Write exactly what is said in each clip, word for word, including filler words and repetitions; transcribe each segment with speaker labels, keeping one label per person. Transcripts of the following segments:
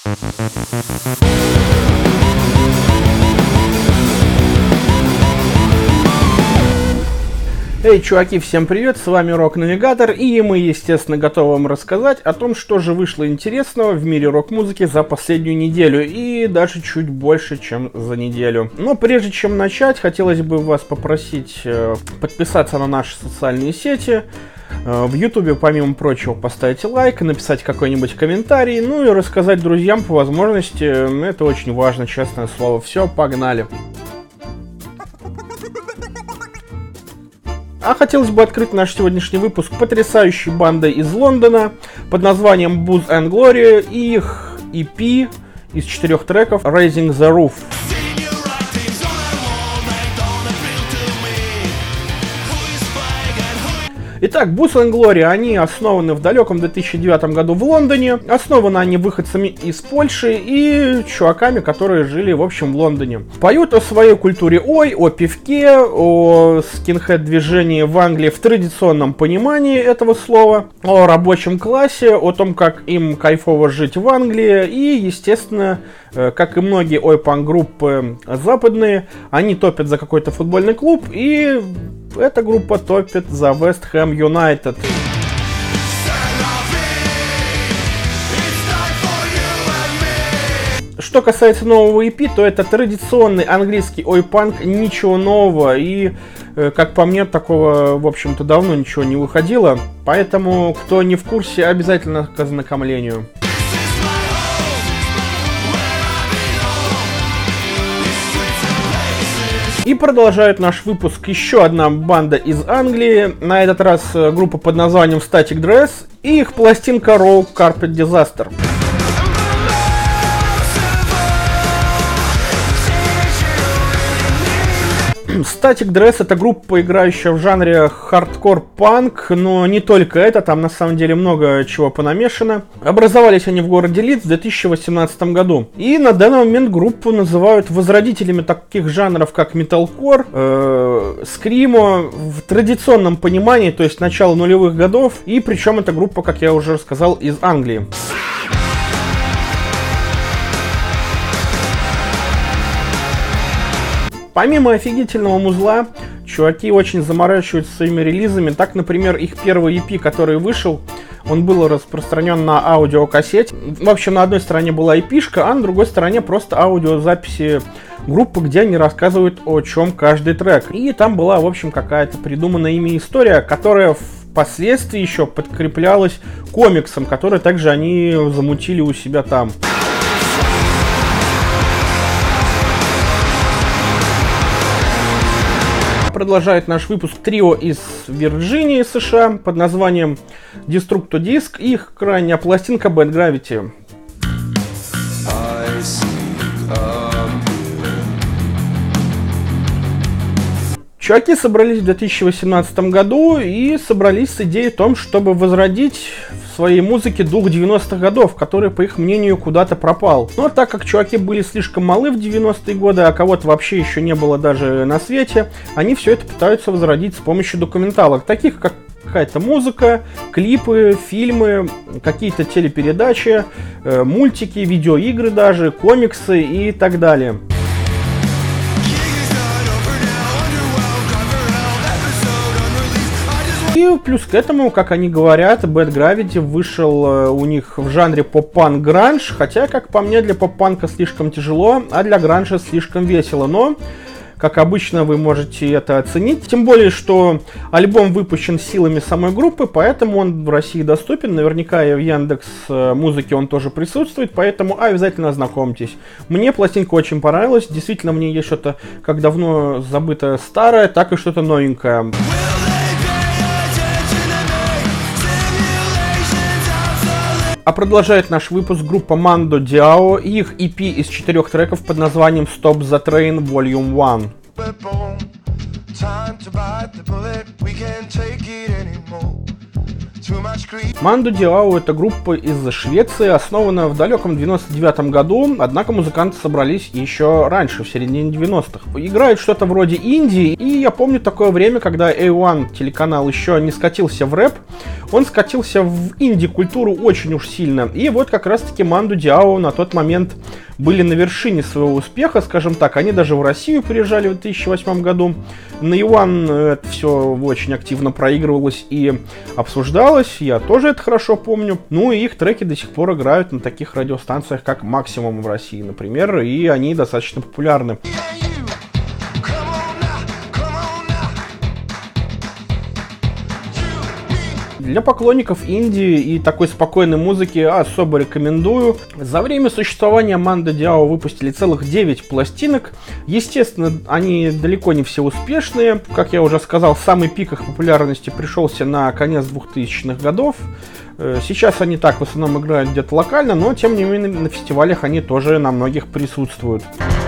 Speaker 1: Эй, чуваки, всем привет, с вами Рок-Навигатор, и мы, естественно, готовы вам рассказать о том, что же вышло интересного в мире рок-музыки за последнюю неделю, и даже чуть больше, чем за неделю. Но прежде чем начать, хотелось бы вас попросить э, подписаться на наши социальные сети, э, в Ютубе, помимо прочего, поставить лайк, написать какой-нибудь комментарий, ну и рассказать друзьям по возможности, это очень важно, честное слово. Все, погнали! А хотелось бы открыть наш сегодняшний выпуск потрясающей бандой из Лондона под названием Booze and Glory и их и пи из четырех треков Raising the Roof. Итак, Booze and Glory, они основаны в далеком две тысячи девятом году в Лондоне. Основаны они выходцами из Польши и чуваками, которые жили, в общем, в Лондоне. Поют о своей культуре ой, о пивке, о скинхед-движении в Англии в традиционном понимании этого слова, о рабочем классе, о том, как им кайфово жить в Англии и, естественно, как и многие ой-панк-группы западные, они топят за какой-то футбольный клуб, и эта группа топит за West Ham United. Что касается нового и пи, то это традиционный английский ой-панк, ничего нового, и, как по мне, такого, в общем-то, давно ничего не выходило, поэтому, кто не в курсе, обязательно к ознакомлению. И продолжает наш выпуск еще одна банда из Англии, на этот раз группа под названием Static Dress и их пластинка Raw Carpet Disaster. Static Dress — это группа, играющая в жанре хардкор-панк, но не только это, там на самом деле много чего понамешано. Образовались они в городе Лидс в две тысячи восемнадцатом году. И на данный момент группу называют возродителями таких жанров, как металкор, э, скримо, в традиционном понимании, то есть начало нулевых годов. И причем эта группа, как я уже сказал, из Англии. Помимо офигительного музла, чуваки очень заморачиваются своими релизами. Так, например, их первый и пи, который вышел, он был распространен на аудиокассете. В общем, на одной стороне была и пи-шка, а на другой стороне просто аудиозаписи группы, где они рассказывают, о чем каждый трек. И там была, в общем, какая-то придуманная ими история, которая впоследствии еще подкреплялась комиксом, который также они замутили у себя там. Продолжает наш выпуск трио из Вирджинии, США, под названием Destructo Disc и их крайняя пластинка Bad Gravity. Чуваки собрались в две тысячи восемнадцатом году и собрались с идеей о том, чтобы возродить в своей музыке дух девяностых годов, который, по их мнению, куда-то пропал. Но так как чуваки были слишком малы в девяностые годы, а кого-то вообще еще не было даже на свете, они все это пытаются возродить с помощью документалок, таких как какая-то музыка, клипы, фильмы, какие-то телепередачи, э, мультики, видеоигры даже, комиксы и так далее. И плюс к этому, как они говорят, Bad Gravity вышел э, у них в жанре поп-панк гранж, хотя, как по мне, для поп-панка слишком тяжело, а для гранжа слишком весело, но, как обычно, вы можете это оценить, тем более, что альбом выпущен силами самой группы, поэтому он в России доступен, наверняка и в Яндекс.Музыке он тоже присутствует, поэтому обязательно ознакомьтесь. Мне пластинка очень понравилась, действительно, мне есть что-то как давно забытое старое, так и что-то новенькое. А продолжает наш выпуск группа Mando Diao и их и пи из четырех треков под названием Stop the Train Volume один. Mando Diao — это группа из Швеции, основана в далеком девяносто девятом году, однако музыканты собрались еще раньше, в середине девяностых. Играют что-то вроде инди, и я помню такое время, когда эй один телеканал еще не скатился в рэп, он скатился в инди-культуру очень уж сильно. И вот как раз-таки Манду Диао на тот момент были на вершине своего успеха, скажем так. Они даже в Россию приезжали в две тысячи восьмом году. На Юан это все очень активно проигрывалось и обсуждалось. Я тоже это хорошо помню. Ну и их треки до сих пор играют на таких радиостанциях, как Максимум в России, например. И они достаточно популярны. Для поклонников инди и такой спокойной музыки особо рекомендую. За время существования Манду Диао выпустили целых девять пластинок. Естественно, они далеко не все успешные. Как я уже сказал, самый пик их популярности пришелся на конец двухтысячных годов. Сейчас они так в основном играют где-то локально, но тем не менее на фестивалях они тоже на многих присутствуют.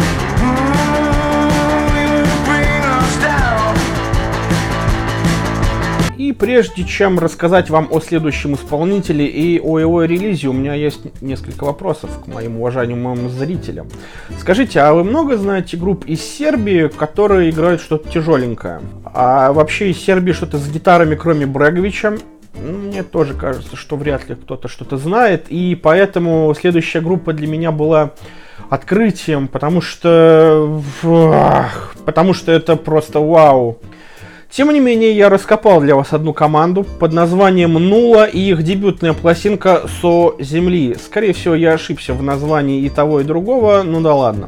Speaker 1: И прежде чем рассказать вам о следующем исполнителе и о его релизе, у меня есть несколько вопросов к моим уважаемым зрителям. Скажите, а вы много знаете групп из Сербии, которые играют что-то тяжеленькое? А вообще из Сербии что-то с гитарами, кроме Бреговича? Мне тоже кажется, что вряд ли кто-то что-то знает, и поэтому следующая группа для меня была открытием, потому что... потому что это просто вау. Тем не менее, я раскопал для вас одну команду под названием Нула и их дебютная пластинка «Со земли». Скорее всего, я ошибся в названии и того, и другого, ну да ладно.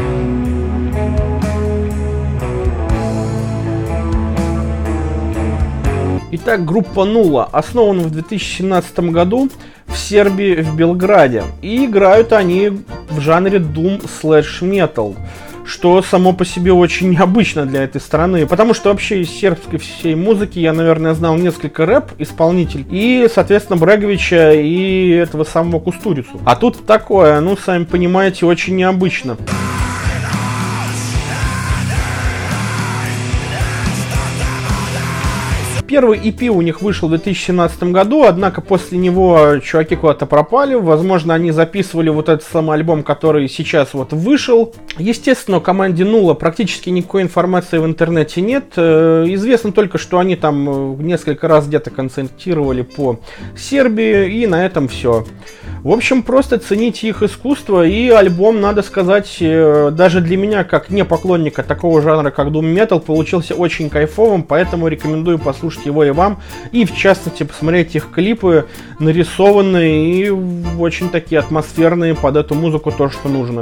Speaker 1: Итак, группа Нула основана в две тысячи семнадцатом году в Сербии, в Белграде. И играют они в жанре Doom Slash Metal, что само по себе очень необычно для этой страны, потому что вообще из сербской всей музыки я, наверное, знал несколько рэп-исполнителей и, соответственно, Бреговича и этого самого Кустурицу. А тут такое, ну, сами понимаете, очень необычно. Первый и пи у них вышел в две тысячи семнадцатом году, однако после него чуваки куда-то пропали. Возможно, они записывали вот этот самый альбом, который сейчас вот вышел. Естественно, у команде Нула практически никакой информации в интернете нет. Известно только, что они там несколько раз где-то концертировали по Сербии, и на этом все. В общем, просто цените их искусство, и альбом, надо сказать, даже для меня, как не поклонника такого жанра, как Doom Metal, получился очень кайфовым, поэтому рекомендую послушать его и вам, и в частности посмотреть их клипы, нарисованные и очень такие атмосферные под эту музыку, то, что нужно.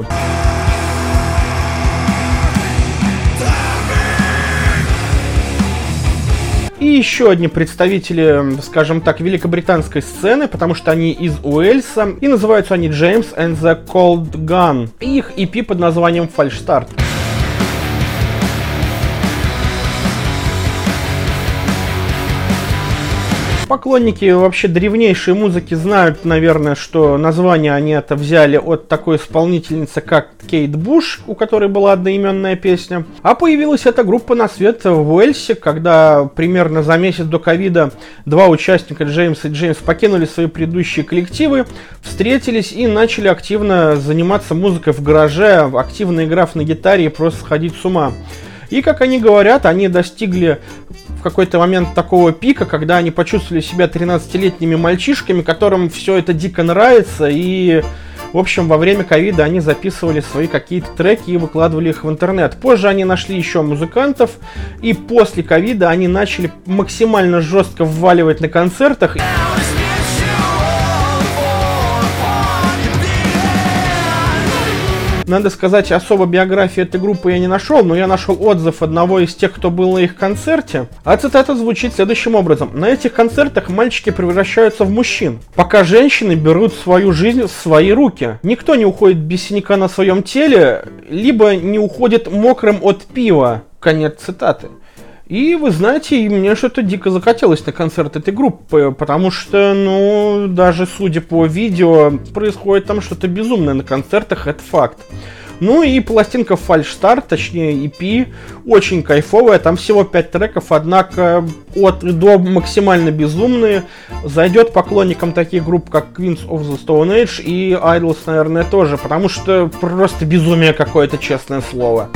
Speaker 1: И еще одни представители, скажем так, великобританской сцены, потому что они из Уэльса, и называются они James and the Cold Gun. И их и пи под названием False Start. Поклонники вообще древнейшей музыки знают, наверное, что название они это взяли от такой исполнительницы, как Кейт Буш, у которой была одноименная песня. А появилась эта группа на свет в Уэльсе, когда примерно за месяц до ковида два участника, Джеймс и Джеймс, покинули свои предыдущие коллективы, встретились и начали активно заниматься музыкой в гараже, активно играв на гитаре и просто сходить с ума. И, как они говорят, они достигли в какой-то момент такого пика, когда они почувствовали себя тринадцатилетними мальчишками, которым все это дико нравится, и, в общем, во время ковида они записывали свои какие-то треки и выкладывали их в интернет. Позже они нашли еще музыкантов, и после ковида они начали максимально жестко вваливать на концертах. Надо сказать, особо биографии этой группы я не нашел, но я нашел отзыв одного из тех, кто был на их концерте. А цитата звучит следующим образом. На этих концертах мальчики превращаются в мужчин, пока женщины берут свою жизнь в свои руки. Никто не уходит без синяка на своем теле, либо не уходит мокрым от пива. Конец цитаты. И вы знаете, мне что-то дико захотелось на концерт этой группы, потому что, ну, даже судя по видео, происходит там что-то безумное на концертах, это факт. Ну и пластинка False Start, точнее и пи, очень кайфовая, там всего пять треков, однако от и до максимально безумные. Зайдет поклонникам таких групп, как Queens of the Stone Age и Idols, наверное, тоже, потому что просто безумие какое-то, честное слово.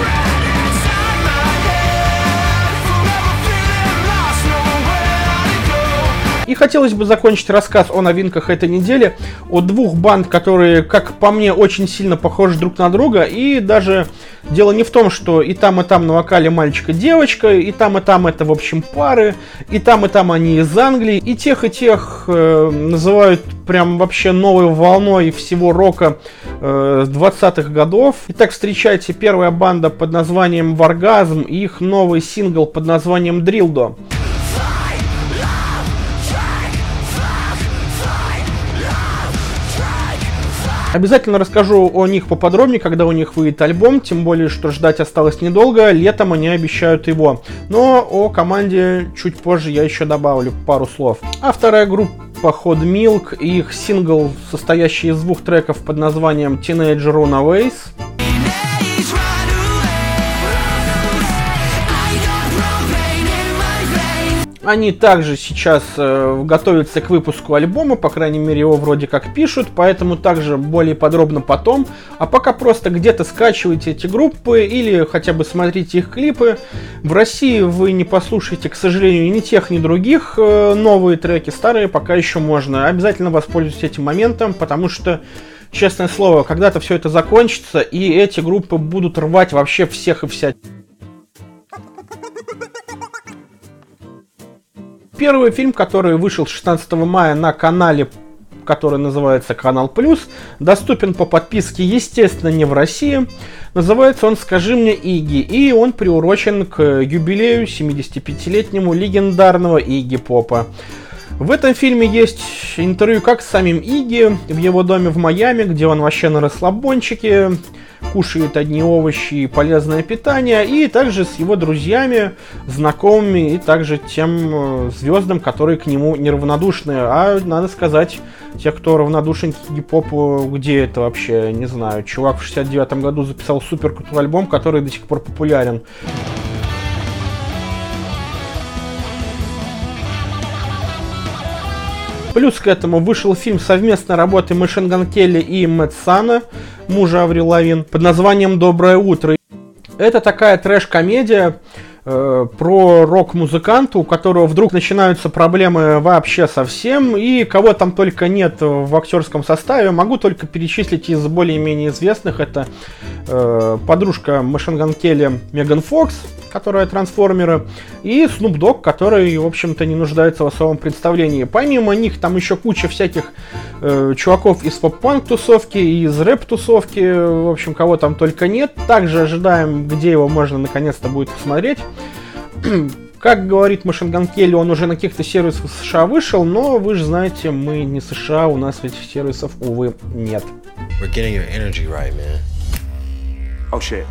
Speaker 1: И хотелось бы закончить рассказ о новинках этой недели, о двух банд, которые, как по мне, очень сильно похожи друг на друга. И даже дело не в том, что и там, и там на вокале мальчик и девочка, и там, и там это, в общем, пары, и там, и там они из Англии, и тех, и тех э, называют прям вообще новой волной всего рока э, двадцатых годов. Итак, встречайте, первая банда под названием Wargasm и их новый сингл под названием Drilldo. Обязательно расскажу о них поподробнее, когда у них выйдет альбом, тем более, что ждать осталось недолго, летом они обещают его. Но о команде чуть позже я еще добавлю пару слов. А вторая группа Hot Milk и их сингл, состоящий из двух треков под названием Teenage Runaways. Они также сейчас э, готовятся к выпуску альбома, по крайней мере его вроде как пишут, поэтому также более подробно потом. А пока просто где-то скачивайте эти группы или хотя бы смотрите их клипы. В России вы не послушаете, к сожалению, ни тех, ни других э, новые треки, старые пока еще можно. Обязательно воспользуйтесь этим моментом, потому что, честное слово, когда-то все это закончится, и эти группы будут рвать вообще всех и вся. Первый фильм, который вышел шестнадцатого мая на канале, который называется Канал Плюс, доступен по подписке, естественно, не в России. Называется он «Скажи мне, Игги», и он приурочен к юбилею семидесятипятилетнему легендарного Игги Попа. В этом фильме есть интервью как с самим Игги в его доме в Майами, где он вообще на расслабончике, кушает одни овощи и полезное питание, и также с его друзьями, знакомыми, и также тем звездам, которые к нему неравнодушны. А надо сказать, те, кто равнодушен к Игги Попу, где это вообще, не знаю. Чувак в шестьдесят девятом году записал супер крутой альбом, который до сих пор популярен. Плюс к этому вышел фильм совместной работы Мэшин Ган Келли и Мэтт Сана, мужа Аврил Лавин, под названием «Доброе утро». Это такая трэш-комедия э, про рок-музыканта, у которого вдруг начинаются проблемы вообще совсем, и кого там только нет в актерском составе. Могу только перечислить из более-менее известных. Это э, подружка Мэшин Ган Келли Меган Фокс, которая трансформеры, и Snoop Dogg, который, в общем-то, не нуждается в особом представлении. Помимо них, там еще куча всяких э, чуваков из поп-панк тусовки, из рэп-тусовки, в общем, кого там только нет. Также ожидаем, где его можно наконец-то будет посмотреть. Как говорит Мэшин Ган Келли, он уже на каких-то сервисах в США вышел, но вы же знаете, мы не США, у нас этих сервисов, увы, нет. We're getting your energy right, man. Oh shit.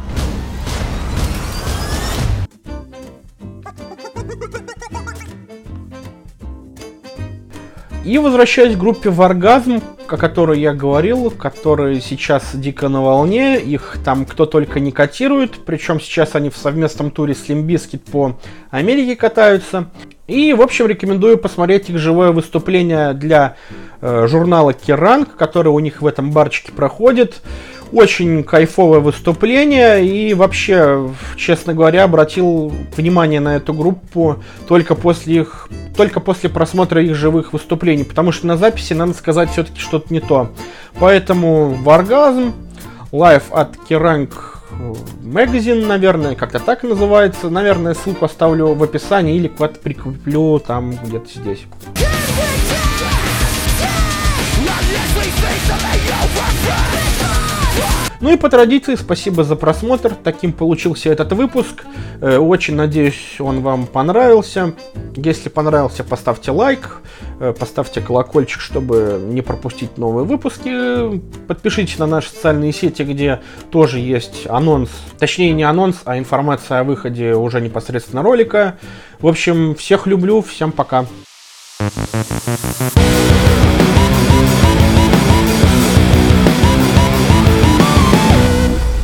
Speaker 1: И возвращаясь к группе Wargasm, о которой я говорил, которые сейчас дико на волне, их там кто только не котирует, причем сейчас они в совместном туре с Limp Bizkit по Америке катаются. И, в общем, рекомендую посмотреть их живое выступление для э, журнала Kerrang, который у них в этом барчике проходит. Очень кайфовое выступление, и вообще, честно говоря, обратил внимание на эту группу только после их, только после просмотра их живых выступлений, потому что на записи, надо сказать, все-таки что-то не то. Поэтому Wargasm, Live at Kerrang Magazine, наверное, как-то так называется. Наверное, ссылку оставлю в описании или куда-то прикреплю там где-то здесь. Ну и по традиции, спасибо за просмотр. Таким получился этот выпуск. Э, очень надеюсь, он вам понравился. Если понравился, поставьте лайк, э, поставьте колокольчик, чтобы не пропустить новые выпуски. Подпишитесь на наши социальные сети, где тоже есть анонс. Точнее, не анонс, а информация о выходе уже непосредственно ролика. В общем, всех люблю, всем пока.